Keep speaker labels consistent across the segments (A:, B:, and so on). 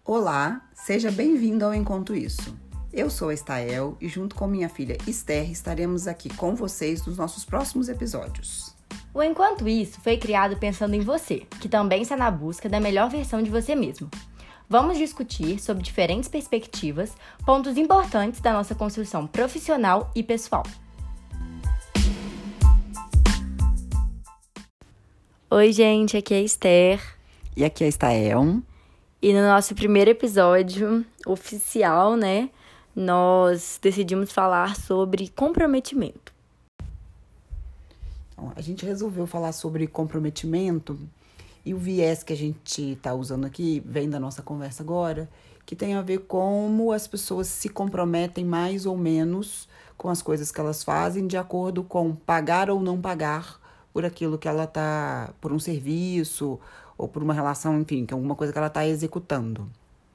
A: Olá, seja bem-vindo ao Enquanto Isso. Eu sou a Estael e junto com minha filha Esther estaremos aqui com vocês nos nossos próximos episódios.
B: O Enquanto Isso foi criado pensando em você, que também está na busca da melhor versão de você mesmo. Vamos discutir sobre diferentes perspectivas, pontos importantes da nossa construção profissional e pessoal. Oi, gente, aqui é a Esther.
A: E aqui é a Estael.
B: E no nosso primeiro episódio oficial, nós decidimos falar sobre comprometimento.
A: Então, a gente resolveu falar sobre comprometimento e o viés que a gente está usando aqui vem da nossa conversa agora, que tem a ver como as pessoas se comprometem mais ou menos com as coisas que elas fazem de acordo com pagar ou não pagar por aquilo que ela está, por um serviço ou por uma relação, enfim, que é alguma coisa que ela está executando.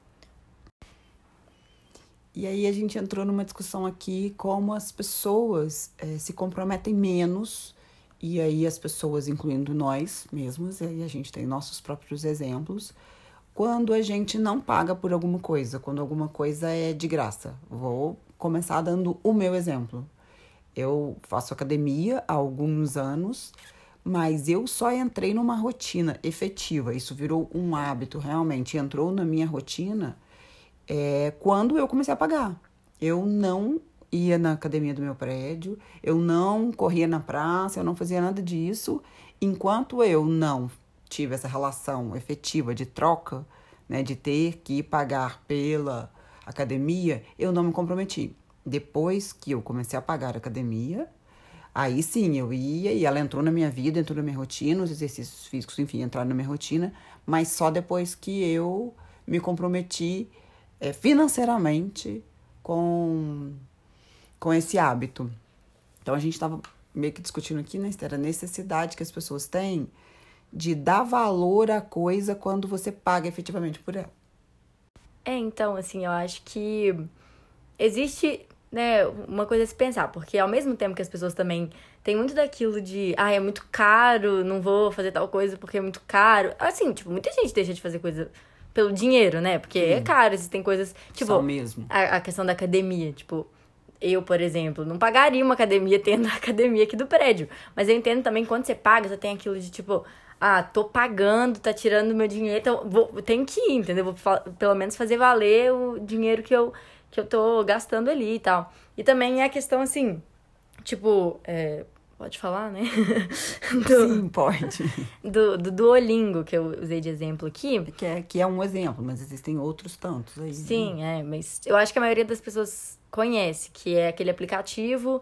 A: E aí a gente entrou numa discussão aqui como as pessoas se comprometem menos, e aí as pessoas, incluindo nós mesmos, e aí a gente tem nossos próprios exemplos, quando a gente não paga por alguma coisa, quando alguma coisa é de graça. Vou começar dando o meu exemplo. Eu faço academia há alguns anos, mas eu só entrei numa rotina efetiva. Isso virou um hábito, realmente. Entrou na minha rotina quando eu comecei a pagar. Eu não ia na academia do meu prédio, eu não corria na praça, eu não fazia nada disso. Enquanto eu não tive essa relação efetiva de troca, de ter que pagar pela academia, eu não me comprometi. Depois que eu comecei a pagar a academia, aí sim, eu ia e ela entrou na minha vida, entrou na minha rotina, os exercícios físicos, enfim, entraram na minha rotina, mas só depois que eu me comprometi financeiramente com esse hábito. Então, a gente estava meio que discutindo aqui, Esther, a necessidade que as pessoas têm de dar valor à coisa quando você paga efetivamente por ela.
B: Então, assim, eu acho que existe uma coisa a se pensar, porque ao mesmo tempo que as pessoas também têm muito daquilo de é muito caro, não vou fazer tal coisa porque é muito caro. Assim, muita gente deixa de fazer coisa pelo dinheiro, porque é caro, existem coisas,
A: Só mesmo.
B: A questão da academia, eu, por exemplo, não pagaria uma academia tendo a academia aqui do prédio, mas eu entendo também quando você paga, você tem aquilo de tô pagando, tá tirando meu dinheiro, então tenho que ir, entendeu? Vou pelo menos fazer valer o dinheiro que eu tô gastando ali e tal. E também é a questão, assim, pode falar, né?
A: Sim, pode.
B: Do Duolingo, que eu usei de exemplo aqui.
A: Que é um exemplo, mas existem outros tantos aí.
B: Sim, mas eu acho que a maioria das pessoas conhece, que é aquele aplicativo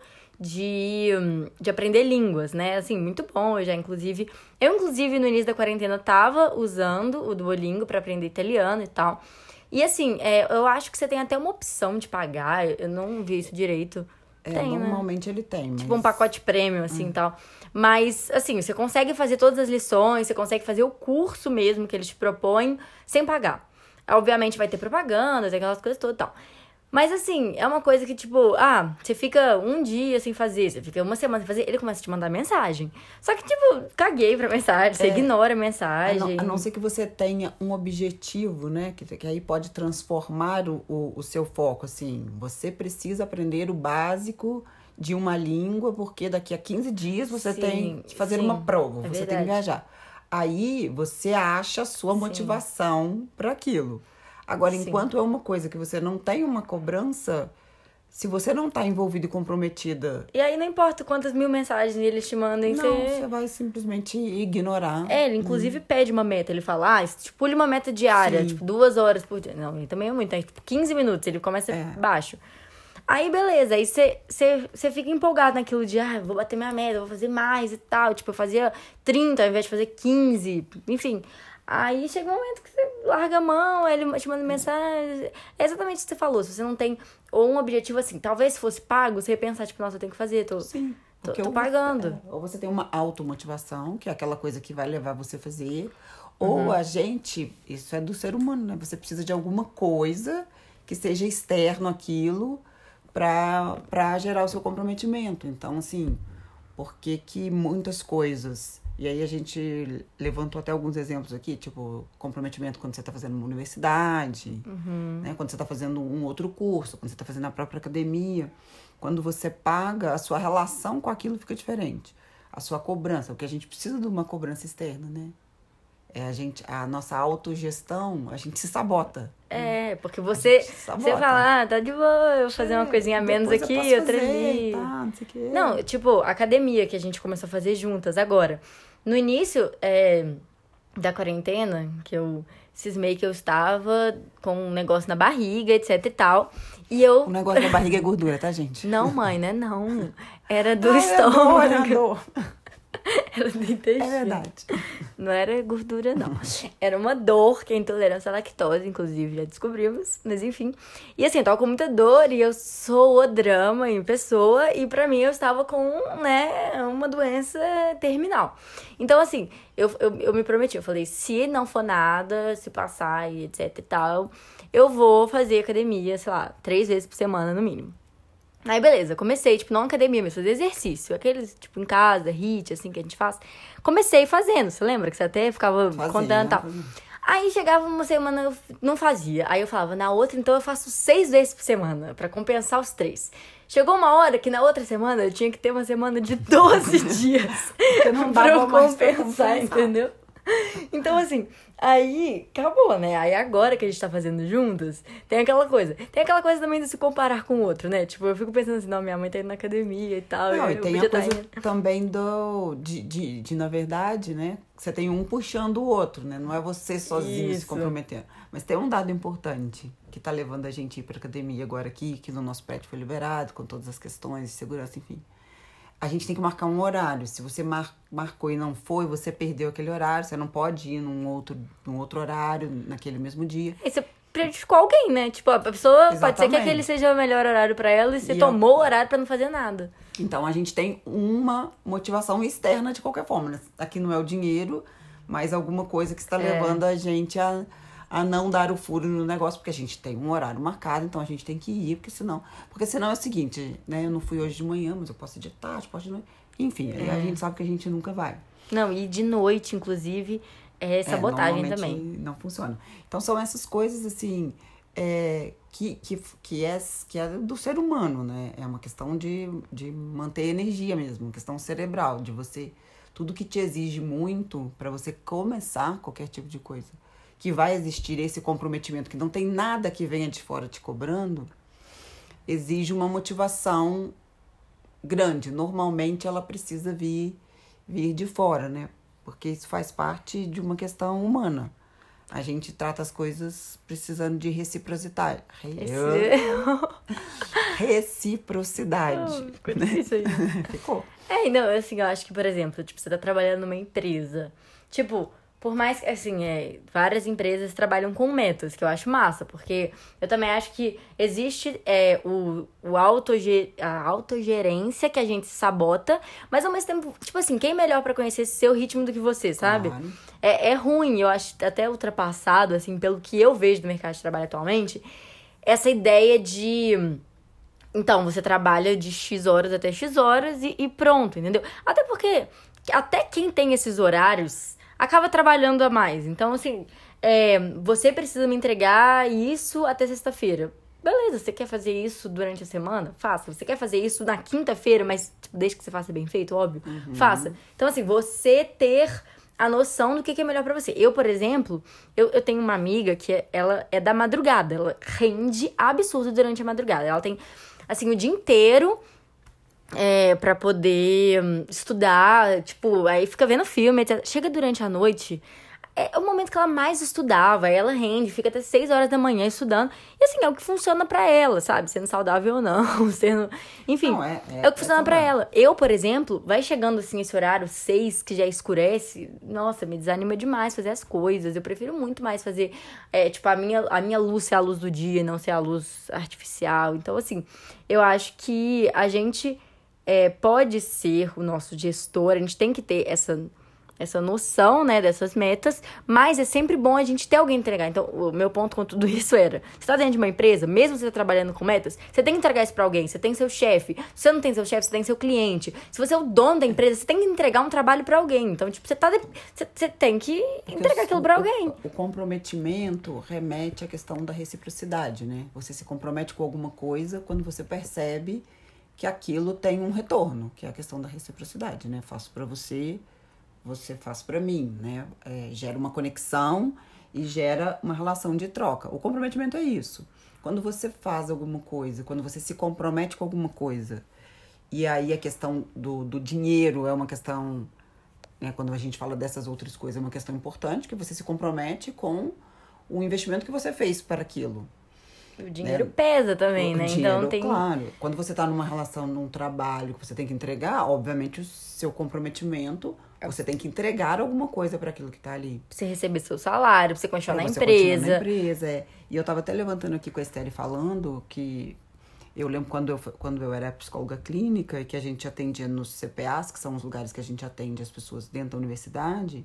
B: de aprender línguas, Assim, muito bom. Eu, inclusive, no início da quarentena, tava usando o Duolingo para aprender italiano e tal. E assim, eu acho que você tem até uma opção de pagar. Eu não vi isso direito. Tem,
A: normalmente ele tem. Mas...
B: um pacote premium, assim, e tal. Mas, assim, você consegue fazer todas as lições, você consegue fazer o curso mesmo que eles te propõem sem pagar. Obviamente vai ter propagandas, aquelas coisas todas e tal. Mas, assim, é uma coisa que, você fica um dia sem fazer, você fica uma semana sem fazer, ele começa a te mandar mensagem. Só que, caguei pra mensagem, você ignora a mensagem.
A: A não ser que você tenha um objetivo, que aí pode transformar o seu foco, assim. Você precisa aprender o básico de uma língua, porque daqui a 15 dias você tem que fazer uma prova, você tem que viajar. Aí você acha a sua motivação para aquilo. Agora, enquanto é uma coisa que você não tem uma cobrança, se você não tá envolvida e comprometida...
B: E aí não importa quantas mil mensagens eles te mandem,
A: você vai simplesmente ignorar.
B: Ele inclusive pede uma meta, ele fala, estipule uma meta diária, 2 horas por dia. Não, ele também é muito, 15 minutos, ele começa baixo. Aí, beleza, aí você fica empolgado naquilo de, vou bater minha meta, vou fazer mais e tal. Eu fazia 30 ao invés de fazer 15, enfim... Aí chega um momento que você larga a mão, ele te manda mensagem. É exatamente o que você falou. Se você não tem ou um objetivo assim, talvez se fosse pago, você ia pensar, nossa, eu tenho que fazer, tô pagando.
A: Ou você tem uma automotivação, que é aquela coisa que vai levar você a fazer. Ou a gente, isso é do ser humano, Você precisa de alguma coisa que seja externo àquilo para gerar o seu comprometimento. Então, assim, por que muitas coisas E aí a gente levantou até alguns exemplos aqui, tipo, comprometimento quando você está fazendo uma universidade, né? Quando você está fazendo um outro curso, quando você está fazendo a própria academia. Quando você paga, a sua relação com aquilo fica diferente. A sua cobrança, porque a gente precisa de uma cobrança externa, né? A nossa autogestão, a gente se sabota.
B: Porque você fala, tá de boa, eu vou fazer uma coisinha a menos aqui, outra ali.
A: Tá, não sei o quê.
B: Não, tipo, academia que a gente começou a fazer juntas agora. No início da quarentena, que eu cismei que eu estava com um negócio na barriga, etc e tal. E eu...
A: O negócio da barriga é gordura, tá, gente?
B: Não, mãe, né? Não. Era do estômago.
A: Era dor.
B: Era do intestino.
A: É verdade.
B: Não era gordura, não. Era uma dor, que é intolerância à lactose, inclusive, já descobrimos. Mas enfim. E assim, eu tava com muita dor e eu sou o drama em pessoa. E pra mim, eu estava com, né, uma doença terminal. Então, assim, eu me prometi. Eu falei, se não for nada, se passar e etc e tal, eu vou fazer academia, sei lá, 3 vezes por semana, no mínimo. Aí, beleza, comecei, tipo, não academia, mas fazer exercício. Aqueles, tipo, em casa, HIIT, assim, que a gente faz. Comecei fazendo, você lembra? Que você até ficava contando e tal. Aí, chegava uma semana, eu não fazia. Aí, eu falava, na outra, então, eu faço 6 vezes por semana, pra compensar os 3. Chegou uma hora que, na outra semana, eu tinha que ter uma semana de 12 dias.
A: Porque não dava
B: pra eu
A: mais
B: compensar, entendeu? Então, assim, aí acabou, né? Aí agora que a gente tá fazendo juntas, tem aquela coisa. Tem aquela coisa também de se comparar com o outro, né? Tipo, eu fico pensando assim, não, minha mãe tá indo na academia e tal.
A: Não, e tem a coisa
B: indo.
A: também de, na verdade, né? Você tem um puxando o outro, né? Não é você sozinho se comprometendo. Mas tem um dado importante que tá levando a gente a ir pra academia agora aqui, que no nosso prédio foi liberado, com todas as questões de segurança, enfim. A gente tem que marcar um horário. Se você marcou e não foi, você perdeu aquele horário. Você não pode ir num outro horário naquele mesmo dia.
B: E você prejudicou alguém, né? Tipo, a pessoa
A: Exatamente.
B: Pode ser que aquele seja o melhor horário pra ela e você tomou o horário pra não fazer nada.
A: Então, a gente tem uma motivação externa de qualquer forma, né? Aqui não é o dinheiro, mas alguma coisa que está levando a gente a não dar o furo no negócio, porque a gente tem um horário marcado, então a gente tem que ir, porque senão é o seguinte, né? Eu não fui hoje de manhã, mas eu posso ir de tarde, posso ir de noite. Enfim, aí a gente sabe que a gente nunca vai.
B: Não, e de noite, inclusive, é sabotagem também.
A: Não funciona. Então são essas coisas, assim, que é do ser humano, né? É uma questão de manter energia mesmo, uma questão cerebral, de você... Tudo que te exige muito para você começar qualquer tipo de coisa, que vai existir esse comprometimento, que não tem nada que venha de fora te cobrando, exige uma motivação grande. Normalmente ela precisa vir de fora, né? Porque isso faz parte de uma questão humana. A gente trata as coisas precisando de reciprocidade. Reciprocidade.
B: Ficou difícil aí.
A: Ficou.
B: Não, assim, eu acho que, por exemplo, tipo, você tá trabalhando numa empresa. Tipo, por mais que, assim, várias empresas trabalham com metas, que eu acho massa, porque eu também acho que existe a autogerência que a gente sabota, mas ao mesmo tempo, tipo assim, quem é melhor pra conhecer seu ritmo do que você, sabe?
A: Claro.
B: É ruim, eu acho até ultrapassado, assim, pelo que eu vejo do mercado de trabalho atualmente, essa ideia de... Então, você trabalha de X horas até X horas e pronto, entendeu? Até porque, até quem tem esses horários acaba trabalhando a mais. Então, assim, você precisa me entregar isso até sexta-feira. Beleza, você quer fazer isso durante a semana? Faça. Você quer fazer isso na quinta-feira, mas tipo, desde que você faça bem feito, óbvio? Faça. Então, assim, você ter a noção do que é melhor pra você. Eu, por exemplo, eu tenho uma amiga que ela é da madrugada. Ela rende absurdo durante a madrugada. Ela tem, assim, o dia inteiro pra poder estudar. Tipo, aí fica vendo filme, etc. Chega durante a noite, é o momento que ela mais estudava. Aí ela rende, fica até 6 horas da manhã estudando. E assim, é o que funciona pra ela, sabe? Sendo saudável ou não, sendo... Enfim,
A: não,
B: é o que funciona pra ela. Eu, por exemplo, vai chegando assim esse horário, 6, que já escurece. Nossa, me desanima demais fazer as coisas. Eu prefiro muito mais fazer... tipo, a minha luz ser a luz do dia, não ser a luz artificial. Então, assim, eu acho que a gente pode ser o nosso gestor. A gente tem que ter essa noção, né, dessas metas, mas é sempre bom a gente ter alguém entregar. Então, o meu ponto com tudo isso era, você tá dentro de uma empresa, mesmo você trabalhando com metas, você tem que entregar isso pra alguém, você tem seu chefe. Se você não tem seu chefe, você tem seu cliente. Se você é o dono da empresa, você tem que entregar um trabalho pra alguém. Então, tipo, você tem que entregar aquilo pra alguém.
A: O comprometimento remete à questão da reciprocidade, né? Você se compromete com alguma coisa quando você percebe que aquilo tem um retorno, que é a questão da reciprocidade, né? Faço pra você, você faz pra mim, né? Gera uma conexão e gera uma relação de troca. O comprometimento é isso. Quando você faz alguma coisa, quando você se compromete com alguma coisa, e aí a questão do dinheiro é uma questão, né? Quando a gente fala dessas outras coisas, é uma questão importante, que você se compromete com o investimento que você fez para aquilo.
B: O dinheiro pesa também, né?
A: Dinheiro,
B: então tem...
A: Claro. Quando você tá numa relação, num trabalho que você tem que entregar, obviamente o seu comprometimento, você tem que entregar alguma coisa para aquilo que tá ali.
B: Pra você receber seu salário, pra você continuar na
A: Continuar
B: empresa.
A: na empresa, E eu tava até levantando aqui com a Esther falando que eu lembro quando eu era psicóloga clínica e que a gente atendia nos CPAs, que são os lugares que a gente atende as pessoas dentro da universidade,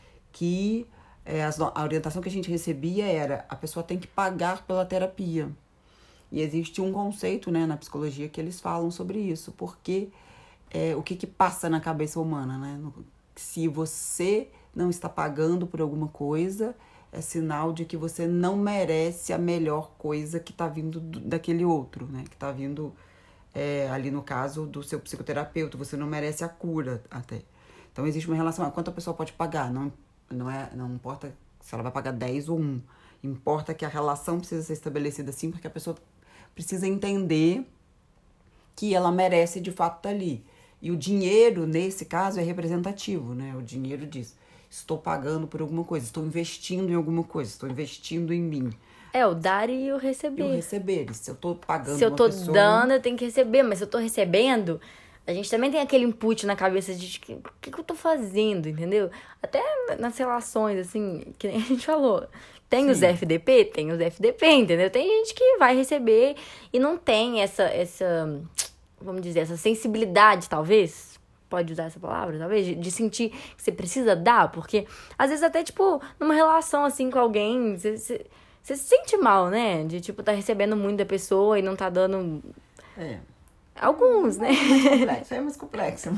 A: que a orientação que a gente recebia era a pessoa tem que pagar pela terapia. E existe um conceito, né, na psicologia que eles falam sobre isso, porque o que passa na cabeça humana, né? Se você não está pagando por alguma coisa, é sinal de que você não merece a melhor coisa que está vindo daquele outro, né? Que está vindo, ali no caso do seu psicoterapeuta, você não merece a cura até. Então existe uma relação, quanto a pessoa pode pagar, não importa se ela vai pagar 10 ou 1. Importa que a relação precisa ser estabelecida assim, porque a pessoa precisa entender que ela merece de fato estar ali. E o dinheiro, nesse caso, é representativo, né? O dinheiro diz, estou pagando por alguma coisa, estou investindo em alguma coisa, estou investindo em mim.
B: O dar e o receber.
A: E o receber. Se eu estou pagando
B: Se eu tô
A: uma pessoa...
B: dando, eu tenho que receber. Mas se eu tô recebendo, a gente também tem aquele input na cabeça de o que eu tô fazendo, entendeu? Até nas relações, assim, que nem a gente falou. Tem os FDP? Tem os FDP, entendeu? Tem gente que vai receber e não tem essa vamos dizer, essa sensibilidade, talvez. Pode usar essa palavra, talvez? De sentir que você precisa dar. Porque, às vezes, até, tipo, numa relação, assim, com alguém, você se sente mal, né? De, tipo, tá recebendo muito da pessoa e não tá dando... Alguns, né?
A: É mais complexo.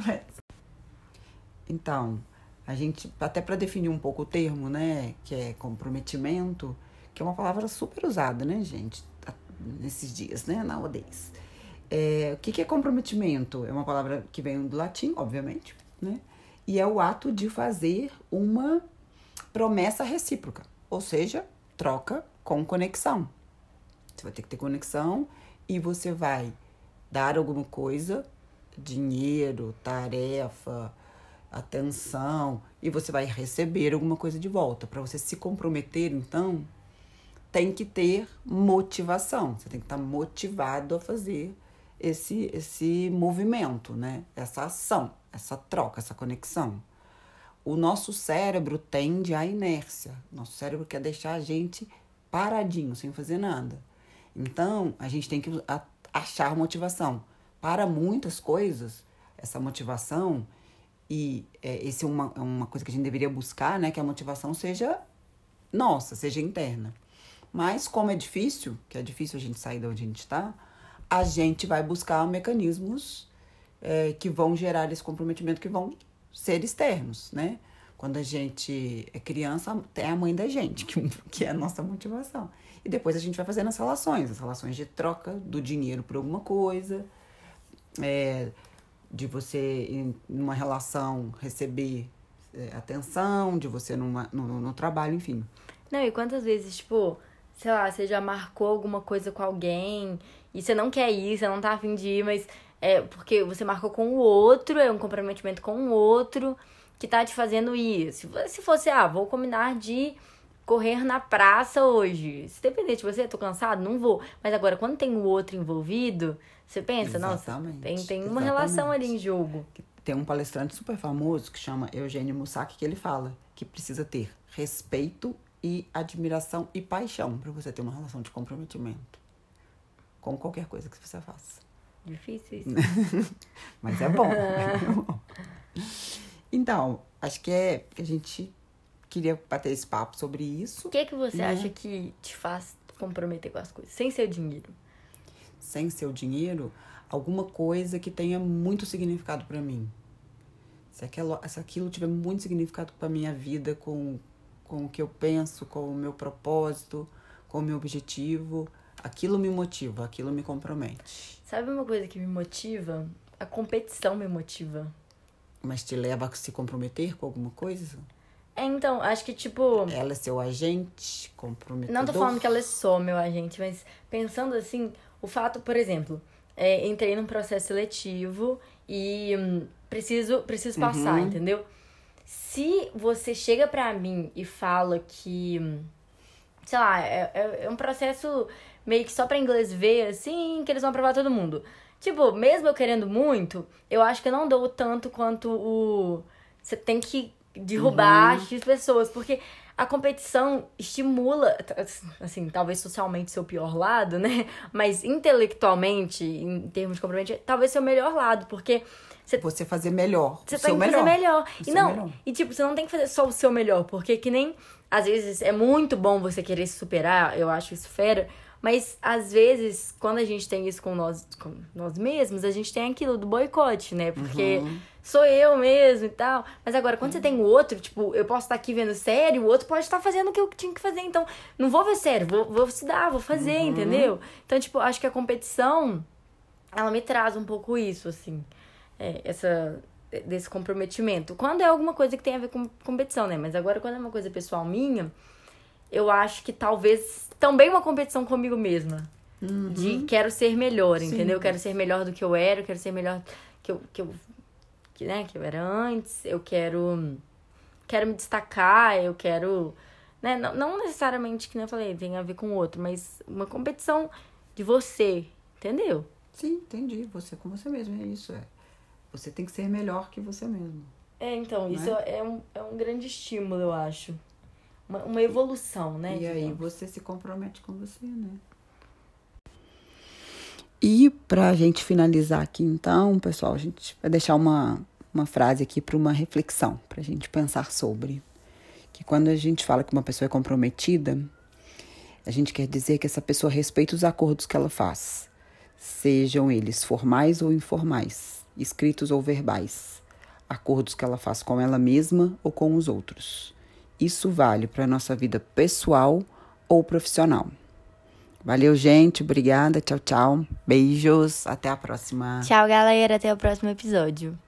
A: Então, a gente, até para definir um pouco o termo, né? Que é comprometimento, que é uma palavra super usada, né, gente? Nesses dias, né? Nowadays. O que é comprometimento? É uma palavra que vem do latim, obviamente, né? E é o ato de fazer uma promessa recíproca, ou seja, troca com conexão. Você vai ter que ter conexão e você vai dar alguma coisa, dinheiro, tarefa, atenção, e você vai receber alguma coisa de volta. Para você se comprometer, então, tem que ter motivação. Você tem que estar motivado a fazer esse movimento, né? Essa ação, essa troca, essa conexão. O nosso cérebro tende à inércia. Nosso cérebro quer deixar a gente paradinho, sem fazer nada. Então, a gente tem que achar motivação. Para muitas coisas, essa motivação, esse é uma coisa que a gente deveria buscar, né? Que a motivação seja nossa, seja interna. Mas, como é difícil, que é difícil a gente sair de onde a gente está, a gente vai buscar mecanismos que vão gerar esse comprometimento, que vão ser externos, né? Quando a gente é criança, é a mãe da gente, que é a nossa motivação. E depois a gente vai fazendo as relações de troca do dinheiro por alguma coisa, de você, numa relação, receber atenção, de você no trabalho, enfim.
B: Não, e quantas vezes, tipo, sei lá, você já marcou alguma coisa com alguém e você não quer ir, você não tá afim de ir, mas é porque você marcou com o outro, é um comprometimento com o outro que tá te fazendo ir. Se fosse, vou combinar de correr na praça hoje. Se depender de você, tô cansado, não vou. Mas agora, quando tem o outro envolvido, você pensa,
A: Exatamente,
B: nossa, tem uma relação ali em jogo.
A: Tem um palestrante super famoso que chama Eugênio Mussac, que ele fala que precisa ter respeito e admiração e paixão para você ter uma relação de comprometimento com qualquer coisa que você faça.
B: Difícil isso.
A: Mas é bom. Então, Acho que a gente queria bater esse papo sobre isso.
B: O que você acha que te faz comprometer com as coisas? Sem ser o dinheiro.
A: Sem ser o dinheiro, alguma coisa que tenha muito significado pra mim. Se aquilo tiver muito significado pra minha vida, com o que eu penso, com o meu propósito, com o meu objetivo, aquilo me motiva, aquilo me compromete.
B: Sabe uma coisa que me motiva? A competição me motiva.
A: Mas te leva a se comprometer com alguma coisa?
B: Então, acho que, tipo...
A: Ela é seu agente comprometedor?
B: Não tô falando que ela é só meu agente, mas pensando assim, o fato, por exemplo, entrei num processo seletivo e preciso passar, entendeu? Se você chega pra mim e fala que, sei lá, é um processo meio que só pra inglês ver, assim, que eles vão aprovar todo mundo. Tipo, mesmo eu querendo muito, eu acho que eu não dou tanto quanto você tem que derrubar X pessoas, porque a competição estimula, assim, talvez socialmente seu pior lado, né? Mas intelectualmente, em termos de comprometimento, talvez seu melhor lado, porque...
A: Você fazer melhor.
B: Você tem que fazer melhor. E tipo, você não tem que fazer só o seu melhor, porque que nem... Às vezes é muito bom você querer se superar, eu acho isso fera, mas às vezes, quando a gente tem isso com nós mesmos, a gente tem aquilo do boicote, né? Porque sou eu mesmo e tal. Mas agora, quando você tem o outro, tipo, eu posso estar aqui vendo série, o outro pode estar fazendo o que eu tinha que fazer. Então, não vou ver série, vou estudar, vou fazer, entendeu? Então, tipo, acho que a competição, ela me traz um pouco isso, assim. Desse comprometimento. Quando é alguma coisa que tem a ver com competição, né? Mas agora, quando é uma coisa pessoal minha, eu acho que talvez também uma competição comigo mesma. De quero ser melhor, entendeu? Quero ser melhor do que eu era, quero ser melhor que eu era antes, eu quero me destacar, eu quero... Né? Não necessariamente, que nem eu falei, tem a ver com o outro, mas uma competição de você, entendeu?
A: Sim, entendi. Você com você mesmo, é isso. Você tem que ser melhor que você mesmo.
B: Então, isso é um grande estímulo, eu acho. Uma evolução, né?
A: E aí você se compromete com você, né? E pra gente finalizar aqui, então, pessoal, a gente vai deixar uma frase aqui para uma reflexão, pra gente pensar sobre. Que quando a gente fala que uma pessoa é comprometida, a gente quer dizer que essa pessoa respeita os acordos que ela faz. Sejam eles formais ou informais, escritos ou verbais. Acordos que ela faz com ela mesma ou com os outros. Isso vale para a nossa vida pessoal ou profissional. Valeu, gente. Obrigada. Tchau, tchau. Beijos. Até a próxima.
B: Tchau, galera. Até o próximo episódio.